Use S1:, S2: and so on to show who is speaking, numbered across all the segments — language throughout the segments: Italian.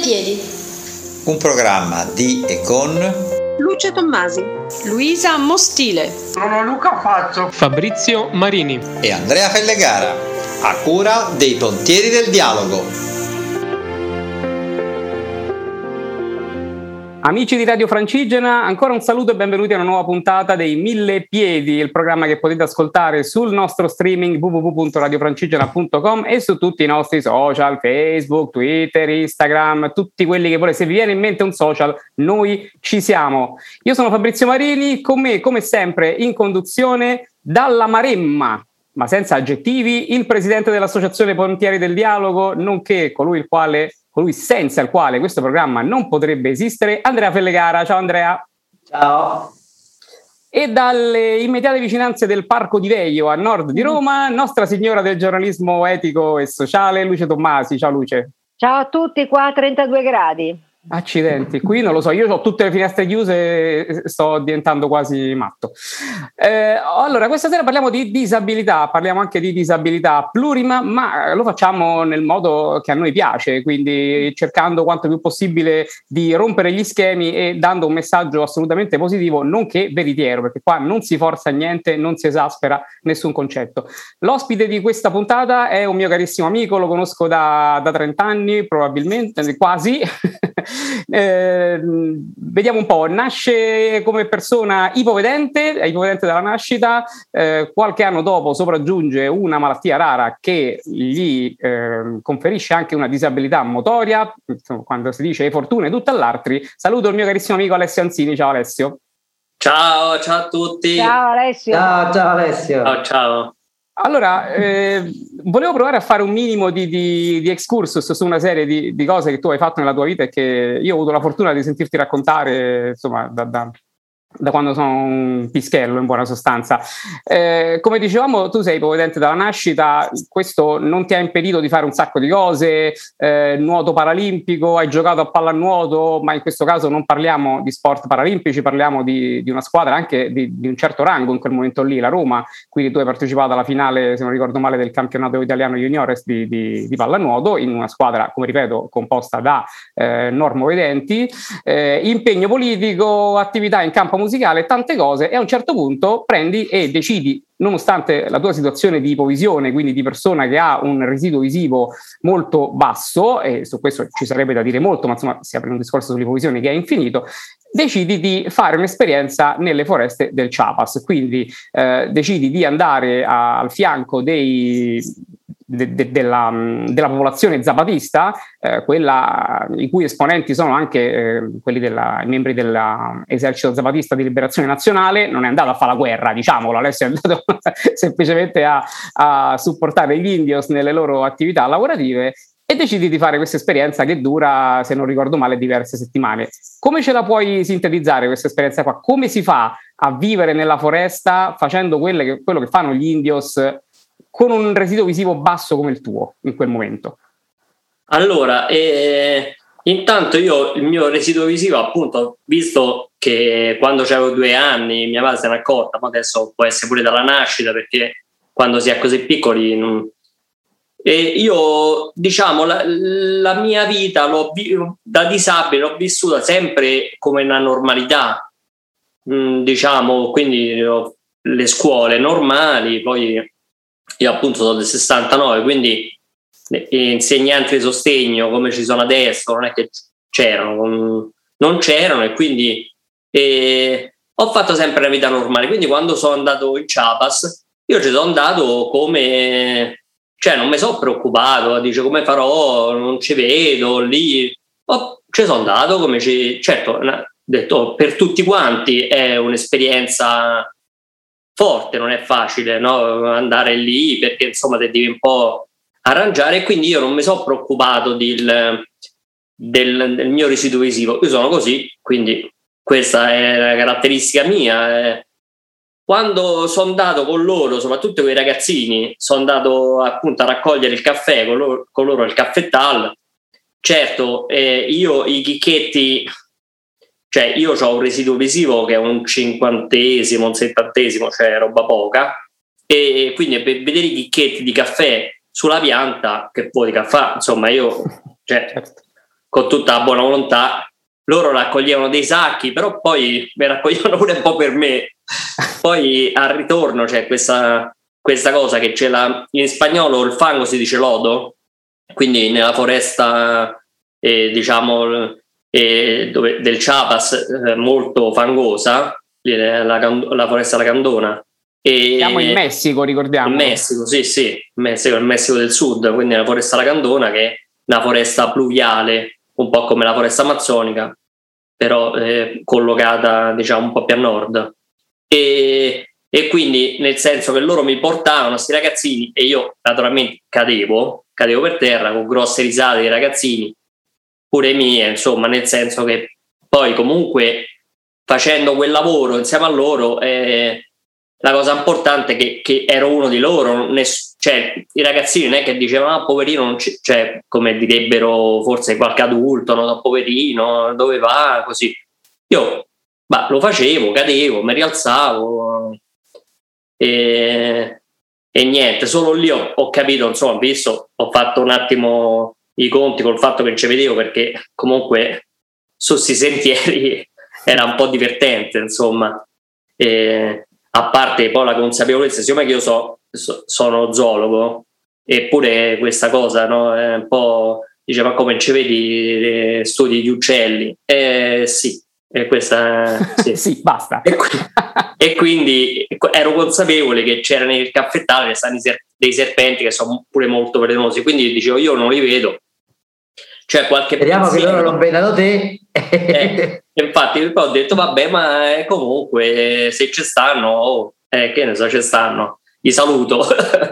S1: Piedi.
S2: Un programma di e con
S3: Luce Tommasi,
S4: Luisa Mostile,
S5: sono Luca Fazzo,
S6: Fabrizio Marini
S2: e Andrea Fellegara, a cura dei Pontieri del Dialogo.
S7: Amici di Radio Francigena, ancora un saluto e benvenuti a una nuova puntata dei 1000 Piedi, il programma che potete ascoltare sul nostro streaming www.radiofrancigena.com e su tutti i nostri social, Facebook, Twitter, Instagram, tutti quelli che volete. Se vi viene in mente un social, noi ci siamo. Io sono Fabrizio Marini, con me, come sempre, in conduzione dalla Maremma, ma senza aggettivi, il presidente dell'Associazione Pontieri del Dialogo, nonché colui senza il quale questo programma non potrebbe esistere, Andrea Fellegara. Ciao Andrea.
S8: Ciao.
S7: E dalle immediate vicinanze del Parco di Veio, a nord di Roma, Nostra Signora del giornalismo etico e sociale, Luce Tommasi. Ciao Luce.
S9: Ciao a tutti, qua a 32 gradi.
S7: Accidenti, qui non lo so, io ho tutte le finestre chiuse e sto diventando quasi matto. Allora, questa sera parliamo di disabilità, parliamo anche di disabilità plurima, ma lo facciamo nel modo che a noi piace, quindi cercando quanto più possibile di rompere gli schemi e dando un messaggio assolutamente positivo, nonché veritiero, perché qua non si forza niente, non si esaspera nessun concetto. L'ospite di questa puntata è un mio carissimo amico, lo conosco da 30 anni, probabilmente, quasi. Vediamo un po', nasce come persona ipovedente dalla nascita, qualche anno dopo sopraggiunge una malattia rara che gli conferisce anche una disabilità motoria, quando si dice fortune tutte all'altri. Saluto il mio carissimo amico Alessio Anzini. Ciao Alessio.
S8: Ciao a tutti.
S9: Ciao Alessio.
S8: Ciao Alessio.
S5: Ciao.
S7: Allora, volevo provare a fare un minimo di excursus su una serie di cose che tu hai fatto nella tua vita e che io ho avuto la fortuna di sentirti raccontare, insomma, da quando sono un pischello, in buona sostanza. Come dicevamo, tu sei ipovedente dalla nascita, questo non ti ha impedito di fare un sacco di cose, nuoto paralimpico, hai giocato a pallanuoto, ma in questo caso non parliamo di sport paralimpici, parliamo di una squadra anche di un certo rango in quel momento lì, la Roma, quindi tu hai partecipato alla finale, se non ricordo male, del campionato italiano juniores di pallanuoto, in una squadra, come ripeto, composta da normovedenti, impegno politico, attività in campo musicale, tante cose, e a un certo punto prendi e decidi, nonostante la tua situazione di ipovisione, quindi di persona che ha un residuo visivo molto basso, e su questo ci sarebbe da dire molto, ma insomma si apre un discorso sull'ipovisione che è infinito, decidi di fare un'esperienza nelle foreste del Chiapas, quindi decidi di andare al fianco della popolazione zapatista, quella i cui esponenti sono anche quelli i membri dell'esercito zapatista di liberazione nazionale. Non è andato a fare la guerra, diciamolo, Alessio è andato semplicemente a supportare gli indios nelle loro attività lavorative, e decidi di fare questa esperienza che dura, se non ricordo male, diverse settimane. Come ce la puoi sintetizzare questa esperienza qua? Come si fa a vivere nella foresta facendo quello che fanno gli indios con un residuo visivo basso come il tuo in quel momento?
S5: Allora, intanto io il mio residuo visivo, appunto, visto che quando avevo 2 anni mia madre se n'è accorta, ma adesso può essere pure dalla nascita, perché quando si è così piccoli e io, diciamo, la mia vita da disabile l'ho vissuta sempre come una normalità, diciamo, quindi le scuole normali, poi io appunto sono del 69, quindi insegnanti di sostegno come ci sono adesso non è che non c'erano, e quindi ho fatto sempre una vita normale. Quindi quando sono andato in Chiapas io ci sono andato come, cioè non mi sono preoccupato, dice come farò, non ci vedo lì, ci sono andato come certo, ho detto, per tutti quanti è un'esperienza forte, non è facile, no? Andare lì, perché insomma te devi un po' arrangiare, e quindi io non mi sono preoccupato del mio residuo visivo. Io sono così, quindi questa è la caratteristica mia. Quando sono andato con loro, soprattutto con i ragazzini, sono andato appunto a raccogliere il caffè con loro il caffettal. Certo, io i chicchetti, cioè io ho un residuo visivo che è un 50esimo, un 70esimo, cioè roba poca, e quindi per vedere i chicchetti di caffè sulla pianta, che poi di caffè, insomma, io, cioè, con tutta la buona volontà, loro raccoglievano dei sacchi, però poi mi raccoglievano pure un po' per me. Poi al ritorno c'è questa cosa che in spagnolo il fango si dice lodo, quindi nella foresta diciamo del Chiapas, molto fangosa, la foresta Lacandona.
S7: Siamo in Messico, ricordiamo.
S5: In Messico, sì, il Messico del Sud, quindi la foresta Lacandona, che è una foresta pluviale, un po' come la foresta amazzonica, però collocata diciamo un po' più a nord. E quindi nel senso che loro mi portavano questi ragazzini e io naturalmente cadevo per terra con grosse risate dei ragazzini, pure mie, insomma, nel senso che poi comunque facendo quel lavoro insieme a loro la cosa importante è che ero uno di loro, cioè i ragazzini non è che dicevano poverino, non cioè, come direbbero forse qualche adulto, no, poverino, dove va, così. Io lo facevo, cadevo, mi rialzavo e niente, solo lì ho capito, insomma, visto, ho fatto un attimo i conti col fatto che non ci vedevo, perché comunque su sti sentieri era un po' divertente, insomma, a parte poi la consapevolezza, siccome che io sono zoologo, eppure questa cosa, no, è un po', dice, ma come ci vedi studi gli uccelli? Sì. E questa sì.
S7: Sì, basta.
S5: E quindi ero consapevole che c'era nel caffettale dei serpenti che sono pure molto velenosi, quindi dicevo io non li vedo, cioè qualche
S8: speriamo che loro non vedano te.
S5: Infatti poi ho detto vabbè, ma comunque se ci stanno che ne so, ci stanno, li saluto.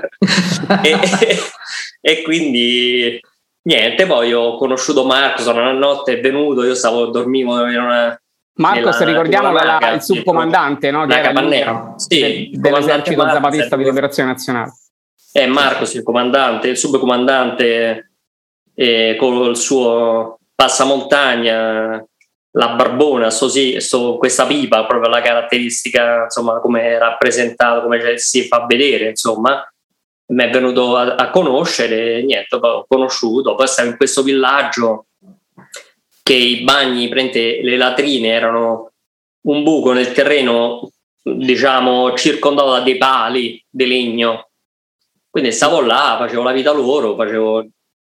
S5: e quindi niente, poi ho conosciuto Marco, una notte è venuto, io dormivo in una
S7: Marcos, ricordiamo il subcomandante, no? Che era dell'esercito zapatista di liberazione nazionale.
S5: Marcos, il comandante, il subcomandante, con il suo passamontagna, la barbona, questa pipa, proprio la caratteristica, insomma, come è rappresentato, come si fa vedere, insomma. Mi è venuto a conoscere, niente, poi ho conosciuto, poi stavo in questo villaggio che i bagni, le latrine erano un buco nel terreno, diciamo, circondato da dei pali di legno, quindi stavo là, facevo la vita loro, facevo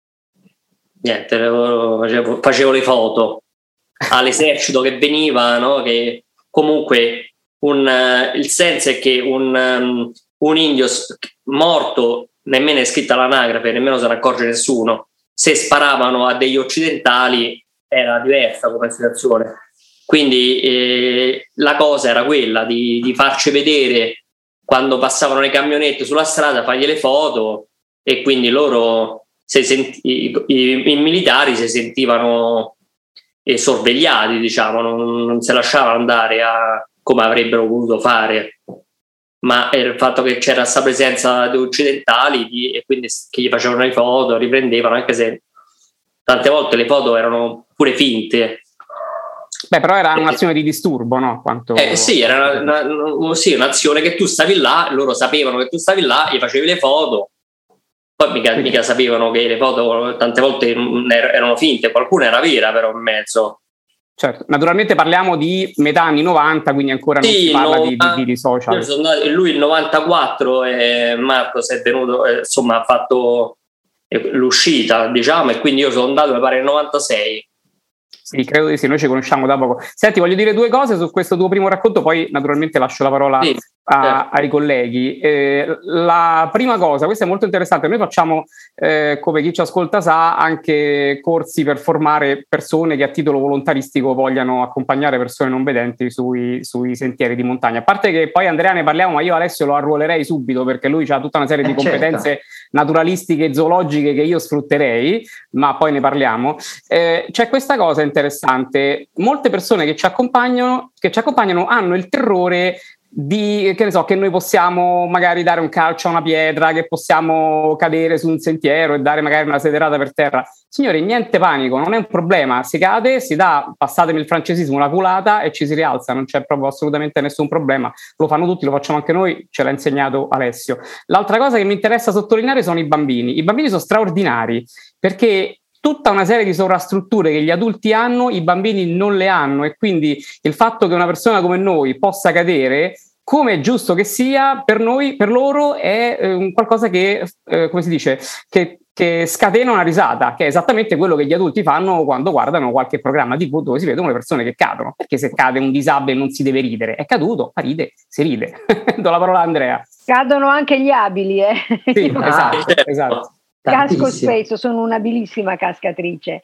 S5: le foto all'esercito che veniva, no? Che comunque il senso è che un indio morto, nemmeno è scritta l'anagrafe, nemmeno se ne accorge nessuno, se sparavano a degli occidentali era diversa come situazione, quindi la cosa era quella di farci vedere quando passavano le camionette sulla strada, fargli le foto, e quindi loro i militari si sentivano sorvegliati, diciamo, non si lasciavano andare come avrebbero voluto fare, ma il fatto che c'era questa presenza di occidentali e quindi che gli facevano le foto, riprendevano, anche se tante volte le foto erano pure finte.
S7: Beh, però era un'azione di disturbo, no?
S5: Sì, era un'azione che tu stavi là, loro sapevano che tu stavi là, gli facevi le foto, poi mica sapevano che le foto tante volte erano finte, qualcuna era vera però in mezzo.
S7: Certo, naturalmente parliamo di metà anni 90, quindi ancora non si parla di social.
S5: Lui il 94 e Marco si è venuto, insomma, ha fatto l'uscita, diciamo, e quindi io sono andato, mi pare, nel 96.
S7: Sì, credo di sì, noi ci conosciamo da poco. Senti, voglio dire due cose su questo tuo primo racconto, poi naturalmente lascio la parola ai colleghi. La prima cosa, questa è molto interessante, noi facciamo, come chi ci ascolta sa, anche corsi per formare persone che a titolo volontaristico vogliano accompagnare persone non vedenti sui sentieri di montagna. A parte che poi Andrea ne parliamo, ma io Alessio lo arruolerei subito, perché lui ha tutta una serie di competenze naturalistiche e zoologiche che io sfrutterei, ma poi ne parliamo. C'è questa cosa interessante: molte persone che ci accompagnano hanno il terrore che ne so, che noi possiamo magari dare un calcio a una pietra, che possiamo cadere su un sentiero e dare magari una sederata per terra. Signori, niente panico, non è un problema, si cade, si dà, passatemi il francesismo, una culata e ci si rialza, non c'è proprio assolutamente nessun problema, lo fanno tutti, lo facciamo anche noi, ce l'ha insegnato Alessio. L'altra cosa che mi interessa sottolineare sono i bambini. I bambini sono straordinari, perché tutta una serie di sovrastrutture che gli adulti hanno, i bambini non le hanno, e quindi il fatto che una persona come noi possa cadere, come è giusto che sia, per loro è un qualcosa che, come si dice, che scatena una risata, che è esattamente quello che gli adulti fanno quando guardano qualche programma TV dove si vedono le persone che cadono, perché se cade un disabile non si deve ridere, è caduto, fa ride, si ride. Do la parola a Andrea.
S9: Cadono anche gli abili,
S7: Sì, esatto.
S9: Casco spesso, sono un'abilissima cascatrice.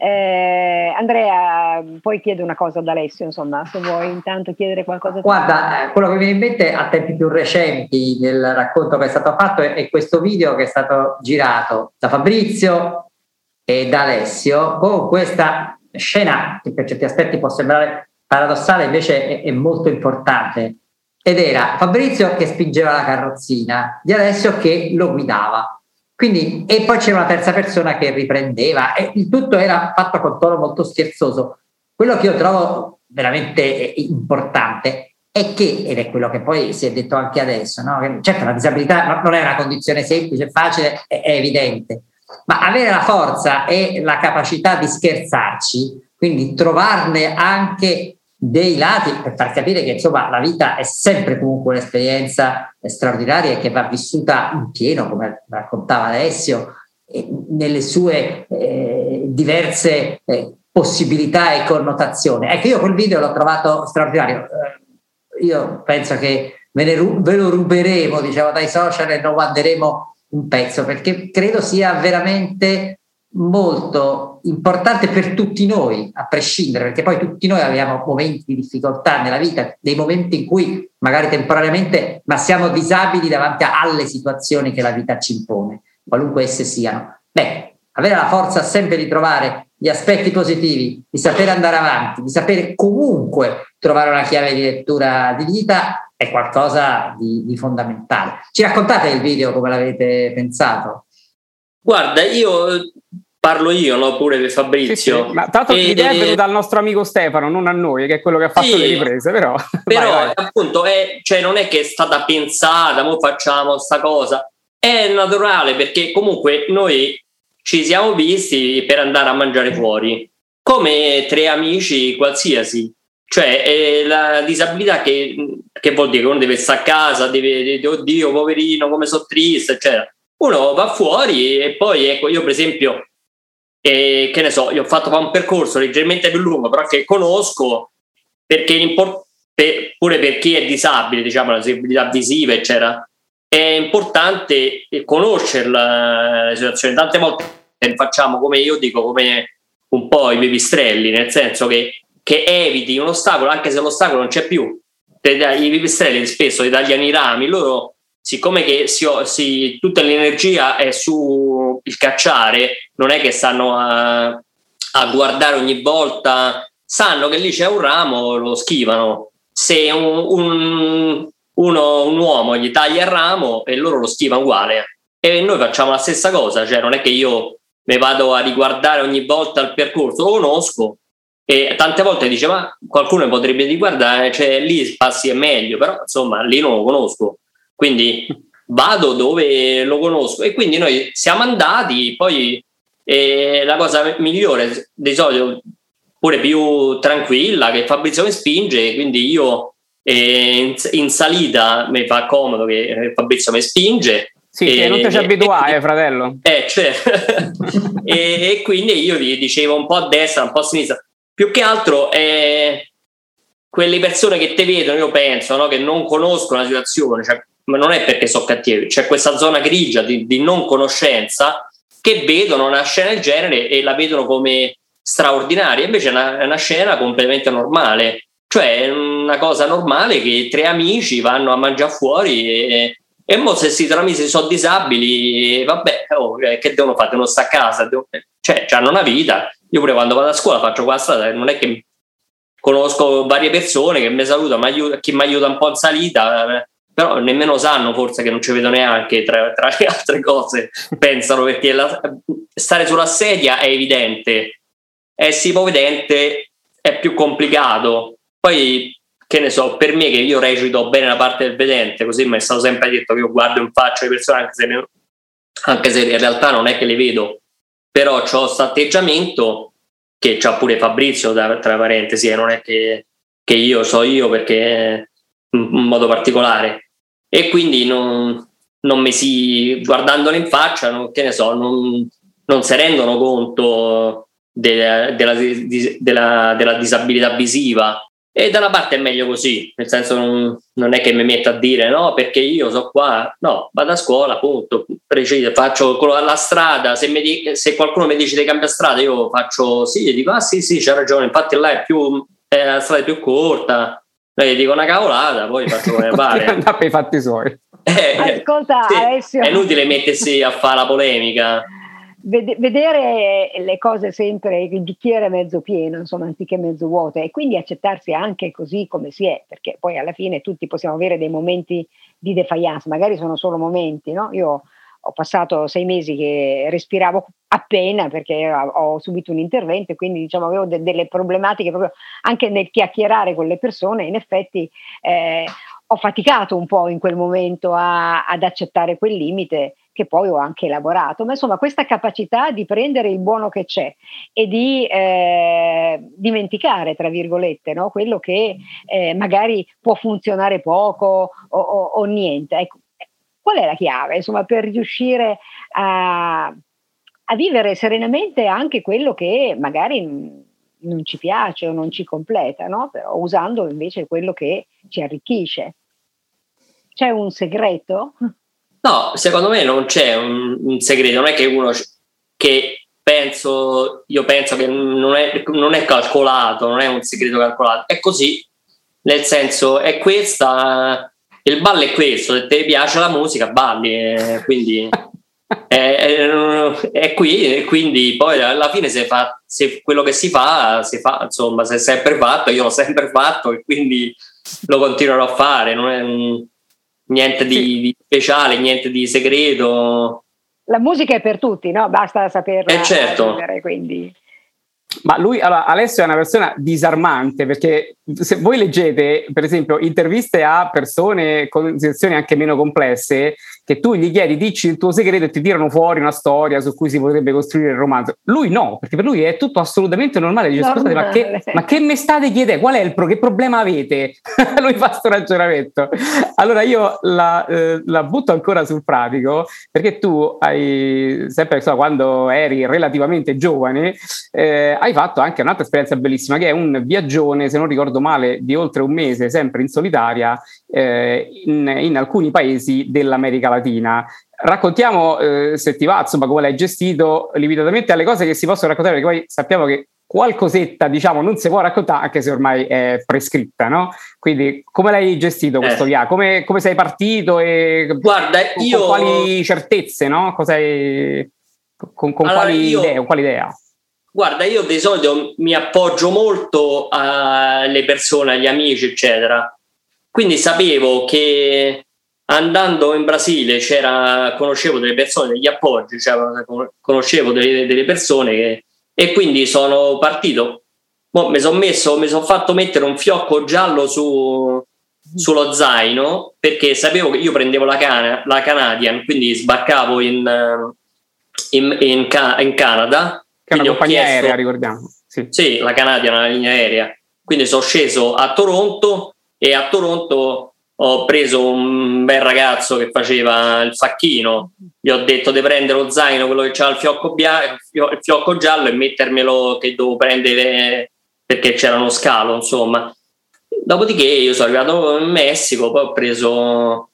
S9: Andrea, poi chiedo una cosa ad Alessio, insomma, se vuoi intanto chiedere qualcosa.
S8: Guarda, quello che mi viene in mente a tempi più recenti del racconto che è stato fatto è questo video che è stato girato da Fabrizio e da Alessio, con questa scena che per certi aspetti può sembrare paradossale, invece è molto importante, ed era Fabrizio che spingeva la carrozzina di Alessio che lo guidava. Quindi, e poi c'era una terza persona che riprendeva, e il tutto era fatto con tono molto scherzoso. Quello che io trovo veramente importante è che, ed è quello che poi si è detto anche adesso, no? Che, certo, la disabilità non è una condizione semplice, facile, è evidente, ma avere la forza e la capacità di scherzarci, quindi trovarne anche dei lati per far capire che insomma la vita è sempre comunque un'esperienza straordinaria e che va vissuta in pieno, come raccontava Alessio, nelle sue diverse possibilità e connotazioni. Ecco, io quel video l'ho trovato straordinario. Io penso che ve lo ruberemo, diciamo, dai social e lo guarderemo un pezzo, perché credo sia veramente molto importante per tutti noi, a prescindere, perché poi tutti noi abbiamo momenti di difficoltà nella vita, dei momenti in cui magari temporaneamente, ma siamo disabili davanti alle situazioni che la vita ci impone, qualunque esse siano. Beh, avere la forza sempre di trovare gli aspetti positivi, di sapere andare avanti, di sapere comunque trovare una chiave di lettura di vita è qualcosa di fondamentale. Ci raccontate il video come l'avete pensato?
S5: Guarda, parlo io, no? Pure per Fabrizio.
S7: Sì, ma tanto l'idea è venuta dal nostro amico Stefano, non a noi, che è quello che ha fatto le riprese, però vai.
S5: Appunto cioè non è che è stata pensata, mo facciamo sta cosa, è naturale, perché comunque noi ci siamo visti per andare a mangiare fuori come tre amici qualsiasi, cioè la disabilità che vuol dire che uno deve stare a casa, deve oddio poverino come so triste, eccetera. Uno va fuori e poi, ecco, io per esempio, che ne so, io ho fatto un percorso leggermente più lungo, però che conosco, perché pure per chi è disabile, diciamo, la disabilità visiva, eccetera, è importante conoscerla la situazione. Tante volte facciamo, come io dico, come un po' i pipistrelli, nel senso che eviti un ostacolo, anche se l'ostacolo non c'è più. I pipistrelli spesso ti tagliano i rami, loro, siccome che tutta l'energia è su il cacciare, non è che stanno a guardare ogni volta, sanno che lì c'è un ramo, lo schivano. Se un uomo gli taglia il ramo, e loro lo schivano uguale, e noi facciamo la stessa cosa, cioè non è che io mi vado a riguardare ogni volta il percorso, lo conosco, e tante volte dice ma qualcuno potrebbe riguardare, cioè lì passi è meglio, però insomma lì non lo conosco, quindi vado dove lo conosco, e quindi noi siamo andati. Poi la cosa migliore, di solito pure più tranquilla, che Fabrizio mi spinge, quindi io in salita mi fa comodo che Fabrizio mi spinge.
S7: Sì, non ti ci abituare, fratello.
S5: E quindi io gli dicevo un po' a destra, un po' a sinistra. Più che altro quelle persone che te vedono, io penso, no, che non conoscono la situazione, cioè, ma non è perché sono cattivi, c'è questa zona grigia di non conoscenza, che vedono una scena del genere e la vedono come straordinaria, invece è una scena completamente normale, cioè è una cosa normale che tre amici vanno a mangiare fuori e mo se si tramisi sono disabili, vabbè, che devono fare? Devono stare a casa, cioè hanno una vita. Io pure quando vado a scuola faccio qua la strada, non è che conosco varie persone che mi salutano, chi mi aiuta un po' in salita, però nemmeno sanno forse che non ci vedo neanche, tra le altre cose pensano, perché stare sulla sedia è evidente, essere ipovedente è più complicato. Poi che ne so, per me, che io recito bene la parte del vedente, così mi è stato sempre detto che io guardo in faccia le persone, anche se in realtà non è che le vedo, però c'ho questo atteggiamento che c'ha pure Fabrizio, tra parentesi, non è che io so io perché in modo particolare, e quindi non mi guardandolo in faccia, che ne so, non si rendono conto della disabilità visiva. E da una parte è meglio così, nel senso non è che mi metto a dire no perché io so qua, no, vado a scuola, punto, preciso, faccio la strada, se qualcuno mi dice di cambiare strada io faccio sì, dico sì c'è ragione, infatti là la strada è più corta, gli dico una cavolata, poi faccio come pare.
S7: Andare per i fatti suoi.
S9: Ascolta, sì, Alessio,
S5: è inutile mettersi a fare la polemica.
S9: Vedere le cose sempre il bicchiere mezzo pieno, insomma, anziché mezzo vuoto, e quindi accettarsi anche così come si è, perché poi alla fine tutti possiamo avere dei momenti di defiance, magari sono solo momenti, no? Io ho passato 6 mesi che respiravo appena perché ho subito un intervento, e quindi diciamo avevo delle problematiche proprio anche nel chiacchierare con le persone. In effetti ho faticato un po' in quel momento ad accettare quel limite, che poi ho anche elaborato, ma insomma questa capacità di prendere il buono che c'è e di dimenticare, tra virgolette, no? Quello che magari può funzionare poco o niente. Ecco, qual è la chiave, insomma, per riuscire a vivere serenamente anche quello che magari non ci piace o non ci completa, no? Però usando invece quello che ci arricchisce. C'è un segreto?
S5: No, secondo me non c'è un segreto, non è che uno che io penso che non è calcolato, non è un segreto calcolato, è così, nel senso è questa, il ballo è questo, se ti piace la musica balli, quindi è qui, e quindi poi alla fine se quello che si fa, insomma, se è sempre fatto, io l'ho sempre fatto e quindi lo continuerò a fare, non è niente di speciale, niente di segreto.
S9: La musica è per tutti, no? Basta saperla
S5: certo.
S9: vivere, quindi.
S7: Ma allora, Alessio è una persona disarmante, perché se voi leggete, per esempio, interviste a persone con situazioni anche meno complesse, che tu gli chiedi, dici il tuo segreto, e ti tirano fuori una storia su cui si potrebbe costruire il romanzo. Lui no, perché per lui è tutto assolutamente normale. Dice, scusate, ma che mi state chiedendo? Qual è che problema avete? Lui fa sto ragionamento. Allora io la butto ancora sul pratico, perché tu hai sempre, quando eri relativamente giovane, hai fatto anche un'altra esperienza bellissima, che è un viaggione, se non ricordo male, di oltre un mese, sempre in solitaria, in alcuni paesi dell'America Latina. Raccontiamo, se ti va, insomma, come l'hai gestito, limitatamente alle cose che si possono raccontare, perché poi sappiamo che qualcosetta, diciamo, non si può raccontare, anche se ormai è prescritta, no? Quindi come l'hai gestito questo viaggio? Come sei partito e
S5: guarda,
S7: con quali certezze, no? Con quali idee?
S5: Guarda, io di solito mi appoggio molto alle persone, agli amici, eccetera. Quindi sapevo che andando in Brasile conoscevo delle persone, degli appoggi, cioè conoscevo delle persone e quindi sono partito. Mi sono fatto mettere un fiocco giallo sullo zaino, perché sapevo che io prendevo la Canadian, quindi sbarcavo in Canada.
S7: Che è una compagnia aerea, ricordiamo.
S5: Sì, la Canadian, la linea aerea. Quindi sono sceso a Toronto, e a Toronto ho preso un bel ragazzo che faceva il facchino. Gli ho detto di prendere lo zaino, quello che c'ha il fiocco giallo, e mettermelo, che dovevo prendere perché c'era uno scalo, insomma. Dopodiché io sono arrivato in Messico, poi ho preso...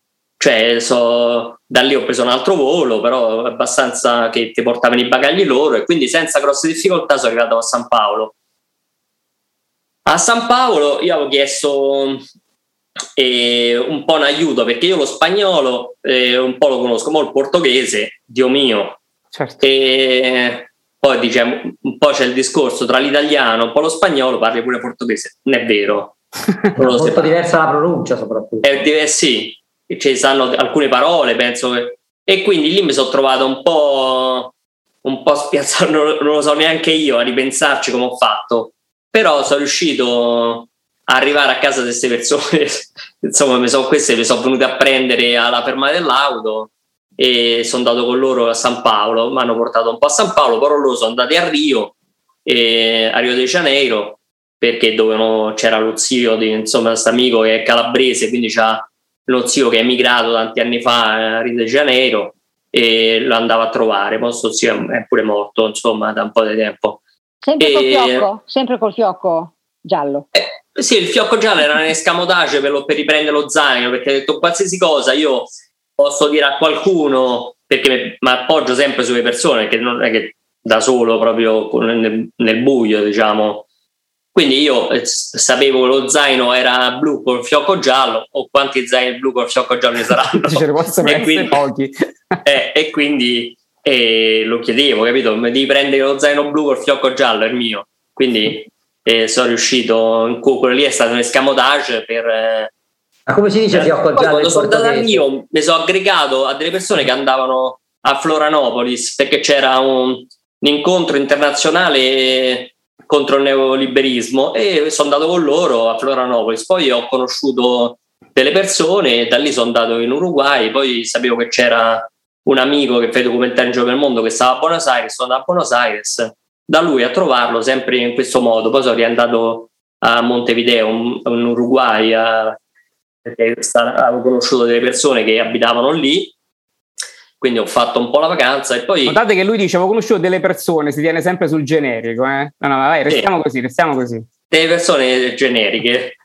S5: da lì ho preso un altro volo, però abbastanza che ti portavano i bagagli loro, e quindi senza grosse difficoltà sono arrivato a San Paolo. A San Paolo io avevo chiesto un po' un aiuto, perché io lo spagnolo un po' lo conosco, ma il portoghese, Dio mio.
S7: Certo.
S5: E poi diciamo, un po' c'è il discorso tra l'italiano e un po' lo spagnolo, parli pure portoghese, non è vero.
S8: Molto diversa la pronuncia, soprattutto.
S5: Sì. Ci stanno alcune parole, penso e quindi lì mi sono trovato un po' spiazzato, non lo so neanche io a ripensarci come ho fatto, però sono riuscito a arrivare a casa di queste persone. Insomma, mi sono venute a prendere alla fermata dell'auto, e sono andato con loro a San Paolo, mi hanno portato un po' a San Paolo, però loro sono andati a Rio de Janeiro, perché c'era lo zio di questo amico che è calabrese, quindi c'ha lo zio che è emigrato tanti anni fa a Rio de Janeiro e lo andava a trovare. Poi suo zio è pure morto, insomma, da un po' di tempo.
S9: Sempre col fiocco? Sempre col fiocco giallo?
S5: Sì, il fiocco giallo era un escamotage per riprendere lo zaino, perché ha detto qualsiasi cosa io posso dire a qualcuno, perché mi appoggio sempre sulle persone, che non è che da solo proprio nel buio, diciamo. Quindi io sapevo che lo zaino era blu col fiocco giallo, o quanti zaini blu col fiocco giallo ne saranno.
S7: Ce ne possono essere pochi.
S5: E quindi lo chiedevo, capito? Mi devi prendere lo zaino blu col fiocco giallo, è il mio. Quindi sono riuscito, quello lì è stato un escamotage per...
S8: Ma come si dice fiocco giallo?
S5: Quando sono andato a Rio mi sono aggregato a delle persone che andavano a Florianopolis, perché c'era un incontro internazionale contro il neoliberismo, e sono andato con loro a Florianopolis. Poi ho conosciuto delle persone e da lì sono andato in Uruguay. Poi sapevo che c'era un amico che fa documentari in giro per il mondo che stava a Buenos Aires, sono andato a Buenos Aires da lui a trovarlo, sempre in questo modo. Poi sono riandato a Montevideo in Uruguay perché avevo conosciuto delle persone che abitavano lì, quindi ho fatto un po' la vacanza. E poi
S7: notate che lui dice avevo conosciuto delle persone, si tiene sempre sul generico, No, vai, restiamo così. Delle
S5: persone generiche.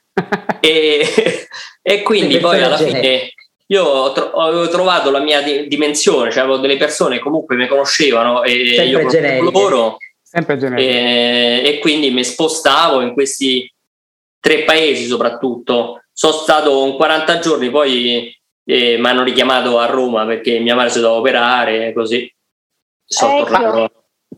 S5: e quindi poi alla fine io avevo trovato la mia dimensione, cioè avevo delle persone che comunque mi conoscevano e
S8: sempre
S5: io conoscevo loro,
S7: sempre generiche.
S5: E quindi mi spostavo in questi 3 paesi soprattutto. Sono stato 40 giorni, poi mi hanno richiamato a Roma perché mia madre si doveva operare, così sono tornato.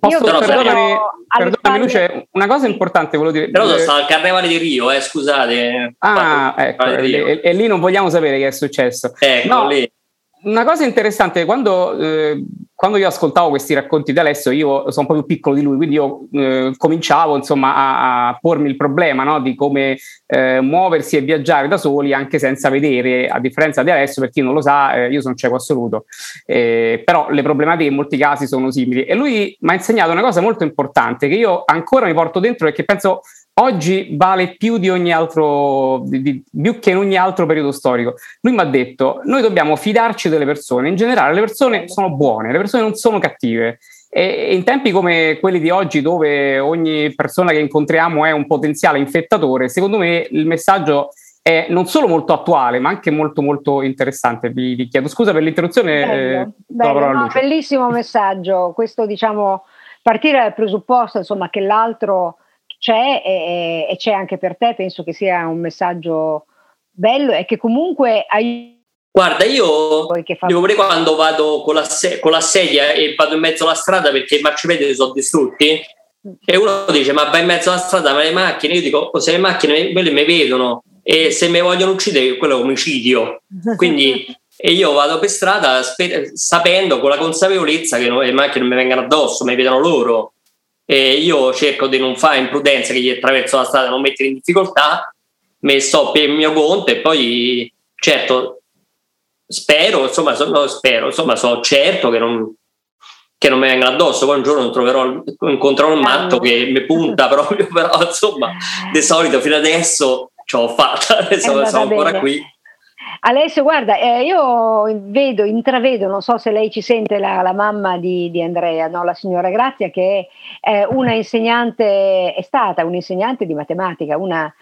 S7: Perdonami Luce, una cosa importante volevo dire.
S5: Però sono stato al Carnevale di Rio, scusate.
S7: Ecco, e lì non vogliamo sapere che è successo.
S5: Ecco,
S7: no,
S5: lì.
S7: Una cosa interessante, quando io ascoltavo questi racconti di Alessio, io sono un po' più piccolo di lui, quindi io cominciavo insomma a pormi il problema, no, di come muoversi e viaggiare da soli anche senza vedere, a differenza di Alessio, per chi non lo sa, io sono cieco assoluto, però le problematiche in molti casi sono simili, e lui mi ha insegnato una cosa molto importante che io ancora mi porto dentro e che penso oggi vale più di ogni altro, più che in ogni altro periodo storico. Lui mi ha detto: noi dobbiamo fidarci delle persone, in generale le persone sono buone, le persone non sono cattive, e in tempi come quelli di oggi, dove ogni persona che incontriamo è un potenziale infettatore, secondo me il messaggio è non solo molto attuale ma anche molto molto interessante. Vi chiedo scusa per l'interruzione.
S9: Bello, bellissimo messaggio questo, diciamo, partire dal presupposto insomma che l'altro c'è e c'è anche per te. Penso che sia un messaggio bello e che comunque
S5: guarda, io devo pure quando vado con la sedia e vado in mezzo alla strada perché i marciapiedi sono distrutti, e uno dice ma vai in mezzo alla strada, ma le macchine, io dico se le macchine quelle mi vedono e se mi vogliono uccidere quello è omicidio, quindi e io vado per strada sapendo, con la consapevolezza che le macchine mi vengano addosso, mi vedono loro. E io cerco di non fare imprudenza che gli attraverso la strada, non mettere in difficoltà, mi sto per il mio conto, e poi certo sono certo che non mi vengano addosso. Poi un giorno incontrerò un matto che mi punta proprio, però insomma di solito fino adesso ce l'ho fatta, sono ancora qui.
S9: Alessio, guarda, io intravedo, non so se lei ci sente, la mamma di Andrea, no? La signora Grazia, che è stata un'insegnante di matematica,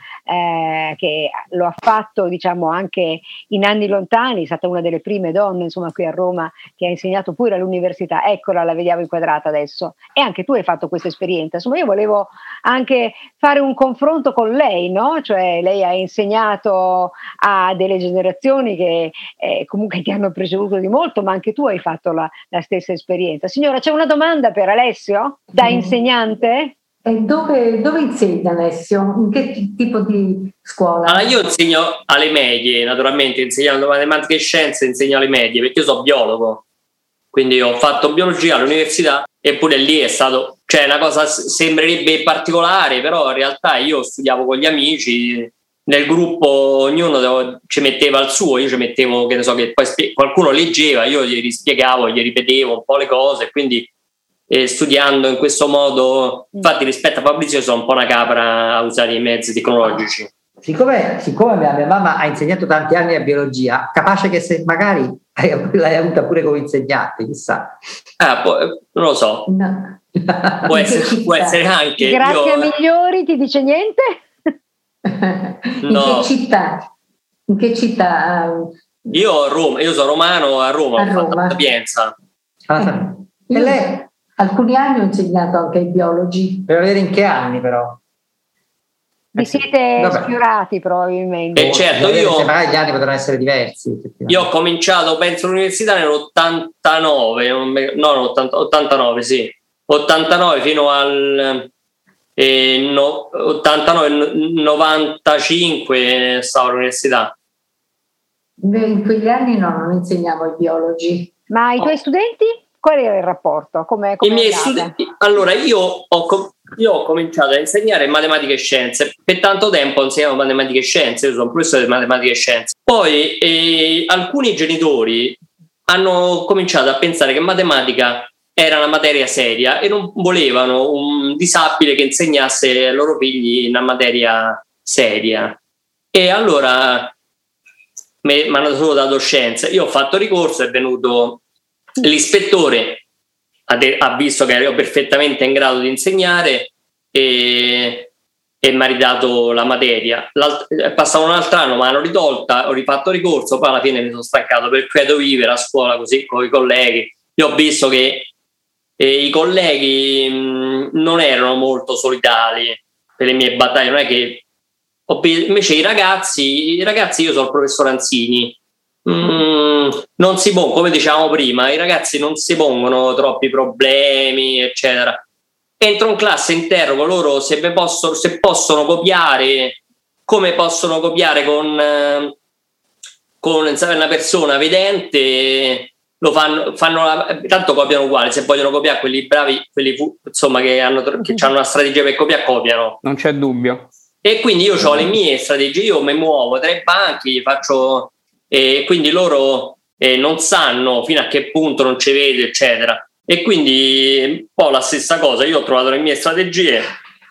S9: che lo ha fatto, diciamo, anche in anni lontani, è stata una delle prime donne, insomma, qui a Roma, che ha insegnato pure all'università. Eccola, la vediamo inquadrata adesso. E anche tu hai fatto questa esperienza. Insomma, io volevo anche fare un confronto con lei, no? Cioè, lei ha insegnato a delle generazioni che comunque ti hanno preceduto di molto, ma anche tu hai fatto la stessa esperienza. Signora, c'è una domanda per Alessio da insegnante?
S3: E dove insegna Alessio? In che tipo di scuola?
S5: Allora, io insegno alle medie, naturalmente, insegnando matematica e scienze, insegno alle medie perché io sono biologo, quindi ho fatto biologia all'università, eppure lì è stato, cioè una cosa sembrerebbe particolare, però in realtà io studiavo con gli amici nel gruppo ognuno ci metteva il suo, io ci mettevo, che ne so, che poi qualcuno leggeva, io gli rispiegavo, gli ripetevo un po' le cose, quindi studiando in questo modo. Infatti rispetto a Fabrizio sono un po' una capra a usare i mezzi tecnologici. Siccome
S8: mia mamma ha insegnato tanti anni a biologia, capace che se magari l'hai avuta pure come insegnante, chissà.
S5: Non lo so.
S3: No.
S5: Può essere anche.
S9: Grazie a migliori, ti dice niente?
S5: No.
S3: In che città?
S5: Io a Roma, io sono romano, a Roma. Ho fatto la Sapienza.
S3: E lei alcuni anni ho insegnato anche ai biologi.
S8: Per vedere in che anni però.
S9: Vi siete sfiorati probabilmente.
S5: Certo,
S8: magari gli anni potranno essere diversi.
S5: Io ho cominciato, penso, l'università nell'89, 89, sì. 89 fino al 89-95 stavo all'università.
S3: In quegli anni non insegnavo ai biologi.
S9: Ma i tuoi studenti? Qual era il rapporto?
S5: I miei studenti? Allora, io ho cominciato a insegnare matematica e scienze. Per tanto tempo insegnavo matematica e scienze, io sono professore di matematica e scienze. Poi alcuni genitori hanno cominciato a pensare che matematica era una materia seria e non volevano un disabile che insegnasse ai loro figli una materia seria. E allora mi hanno solo dato scienze. Io ho fatto ricorso, è venuto l'ispettore, ha visto che ero perfettamente in grado di insegnare e mi ha ridato la materia. È passato un altro anno, mi hanno ritolta, ho rifatto ricorso, poi alla fine mi sono stancato per quieto vivere a scuola così con i colleghi. Io ho visto che i colleghi non erano molto solidali per le mie battaglie, non è che invece i ragazzi, io sono il professor Anzini, non si pongono, come dicevamo prima, i ragazzi non si pongono troppi problemi, eccetera. Entro in classe, interrogo loro se possono copiare, come possono copiare con una persona vedente. Lo fanno tanto copiano uguale, se vogliono copiare quelli bravi, quelli insomma che hanno una strategia per copiare, copiano.
S7: Non c'è dubbio.
S5: E quindi io ho le mie strategie, io mi muovo tra i banchi, faccio, e quindi loro non sanno fino a che punto non ci vedo, eccetera. E quindi un po' la stessa cosa, io ho trovato le mie strategie,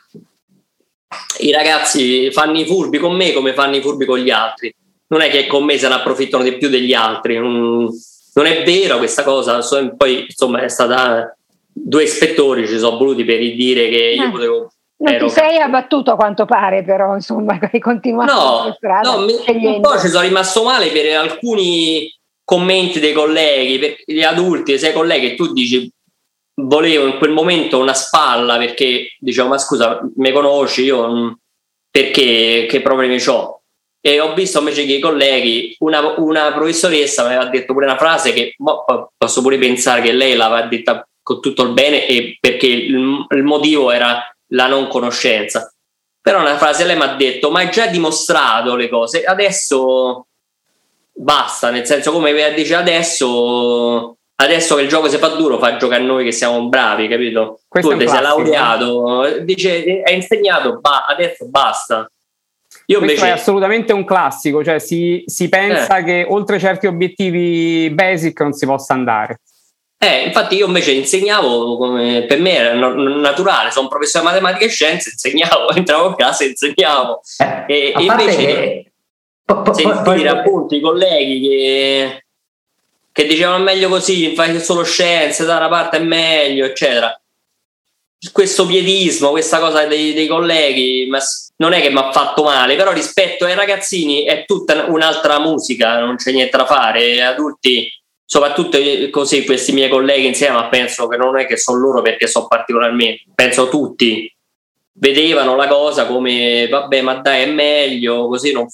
S5: i ragazzi fanno i furbi con me come fanno i furbi con gli altri, non è che con me se ne approfittano di più degli altri, non è vero questa cosa. Poi insomma è stata 2 ispettori ci sono voluti per dire che io potevo.
S9: Non ti sei abbattuto a quanto pare, però insomma hai continuato la strada.
S5: No, un po' ci sono rimasto male per alcuni commenti dei colleghi, per gli adulti, sei colleghi, e tu dici volevo in quel momento una spalla perché dicevo ma scusa, mi conosci, io perché che problemi c'ho? E ho visto invece che i colleghi, una professoressa mi aveva detto pure una frase che posso pure pensare che lei l'aveva detta con tutto il bene, e perché il motivo era la non conoscenza, però una frase lei mi ha detto ma hai già dimostrato le cose, adesso basta, nel senso, come dice adesso che il gioco si fa duro, fa giocare a noi che siamo bravi, capito?
S7: Questo
S5: tu ti sei laureato, dice hai insegnato, adesso basta. Io
S7: Questo
S5: invece
S7: è assolutamente un classico, cioè si pensa che oltre certi obiettivi basic non si possa andare.
S5: Infatti io invece insegnavo, come per me era naturale, sono professore di matematica e scienze, insegnavo, entravo in classe e insegnavo. E invece sentire appunto i colleghi che dicevano meglio così, fai solo scienze, da una parte è meglio, eccetera. Questo pietismo, questa cosa dei colleghi, ma non è che mi ha fatto male, però rispetto ai ragazzini è tutta un'altra musica, non c'è niente da fare. Adulti, soprattutto così, questi miei colleghi insieme, ma penso che non è che sono loro perché so particolarmente, penso tutti vedevano la cosa come vabbè, ma dai, è meglio così. Non.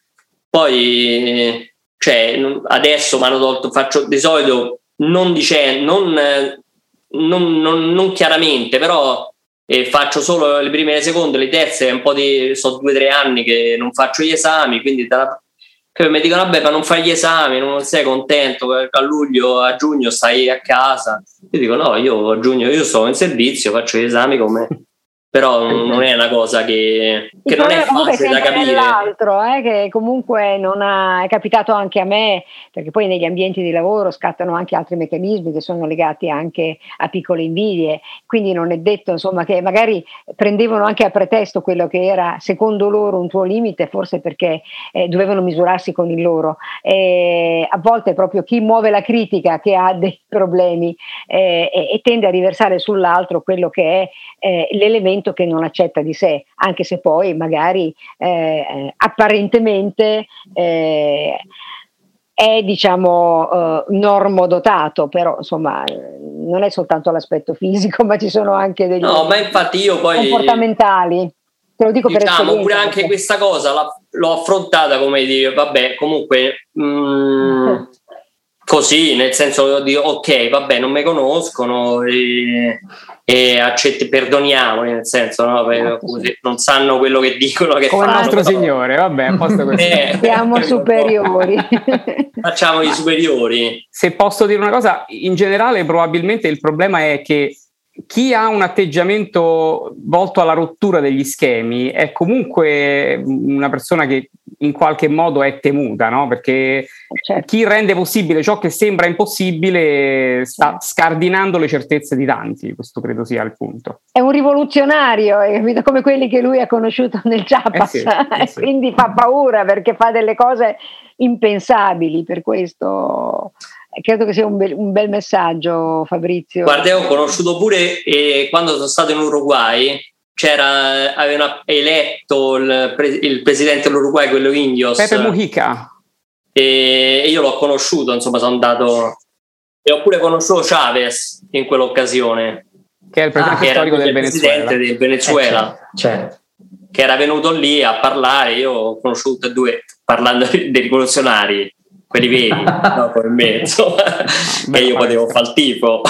S5: Poi adesso mi hanno tolto, faccio di solito non chiaramente, però faccio solo le prime e le seconde, le terze un po' so 2 o 3 anni che non faccio gli esami, quindi che mi dicono vabbè, ma non fai gli esami, non sei contento, a giugno stai a casa. Io dico no, io a giugno io sono in servizio, faccio gli esami come però non è una cosa che non è facile da capire.
S9: L'altro, che comunque è capitato anche a me, perché poi negli ambienti di lavoro scattano anche altri meccanismi che sono legati anche a piccole invidie, quindi non è detto, insomma, che magari prendevano anche a pretesto quello che era secondo loro un tuo limite, forse perché dovevano misurarsi con il loro. A volte proprio chi muove la critica che ha dei problemi e tende a riversare sull'altro quello che è l'elemento che non accetta di sé, anche se poi magari apparentemente è normodotato, però insomma non è soltanto l'aspetto fisico, ma ci sono anche degli
S5: ma infatti io poi
S9: comportamentali. Te lo dico per esperienza,
S5: pure anche perché questa cosa l'ho affrontata come dire, vabbè, comunque così, nel senso di ok, vabbè, non mi conoscono e perdoniamoli, nel senso, no? Così, non sanno quello che dicono che
S7: come
S5: fanno,
S7: il nostro Signore, vabbè, a posto così.
S9: Siamo superiori.
S5: Facciamo i superiori.
S7: Se posso dire una cosa, in generale probabilmente il problema è che chi ha un atteggiamento volto alla rottura degli schemi è comunque una persona che in qualche modo è temuta, no? Perché chi rende possibile ciò che sembra impossibile sta scardinando le certezze di tanti. Questo credo sia il punto. È
S9: un rivoluzionario, come quelli che lui ha conosciuto nel Chiapas, sì. Quindi fa paura perché fa delle cose impensabili, per questo credo che sia un bel messaggio, Fabrizio.
S5: Guarda, io ho conosciuto pure quando sono stato in Uruguay, avevano eletto il presidente dell'Uruguay, quello Indios,
S7: Pepe Mujica,
S5: e io l'ho conosciuto, insomma sono andato e ho pure conosciuto Chavez in quell'occasione,
S7: che è il presidente storico del
S5: presidente del Venezuela,
S8: certo.
S5: Che era venuto lì a parlare. Io ho conosciuto tutti e due parlando dei rivoluzionari, quelli veri, no, per me, insomma, e io potevo fare il tifo.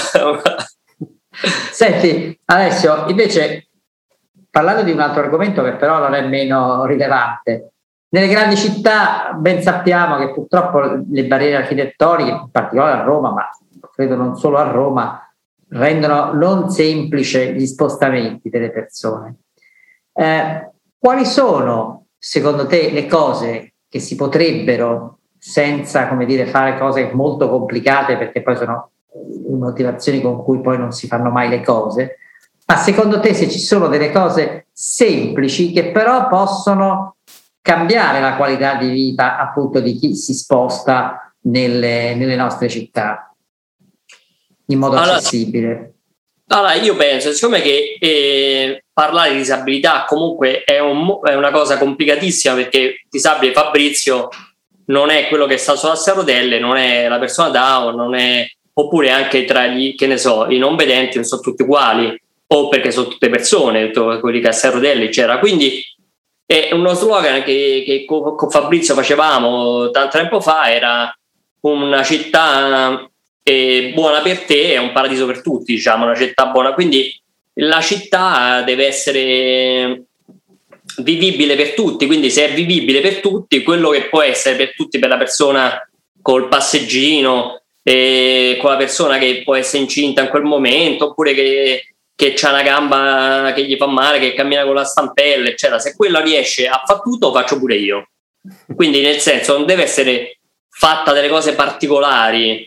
S8: Senti, Alessio, invece, parlando di un altro argomento che però non è meno rilevante, nelle grandi città ben sappiamo che purtroppo le barriere architettoniche, in particolare a Roma, ma credo non solo a Roma, rendono non semplice gli spostamenti delle persone. Quali sono, secondo te, le cose che si potrebbero, senza, come dire, fare cose molto complicate, perché poi sono motivazioni con cui poi non si fanno mai le cose, ma secondo te se ci sono delle cose semplici che però possono cambiare la qualità di vita appunto di chi si sposta nelle nostre città in modo accessibile?
S5: Allora, io penso, siccome che parlare di disabilità comunque è una cosa complicatissima, perché disabile Fabrizio non è quello che sta sulla sedia a rotelle, non è la persona Down, non è, oppure anche tra i non vedenti non sono tutti uguali, o perché sono tutte persone, quelli che a sedia a rotelle, eccetera. Quindi è uno slogan che con Fabrizio facevamo tanto tempo fa, era una città buona per te è un paradiso per tutti, diciamo, una città buona. Quindi la città deve essere vivibile per tutti, quindi se è vivibile per tutti, quello che può essere per tutti, per la persona col passeggino, con la persona che può essere incinta in quel momento, oppure che c'ha una gamba che gli fa male, che cammina con la stampella, eccetera, se quella riesce a fare tutto, lo faccio pure io. Quindi nel senso non deve essere fatta delle cose particolari,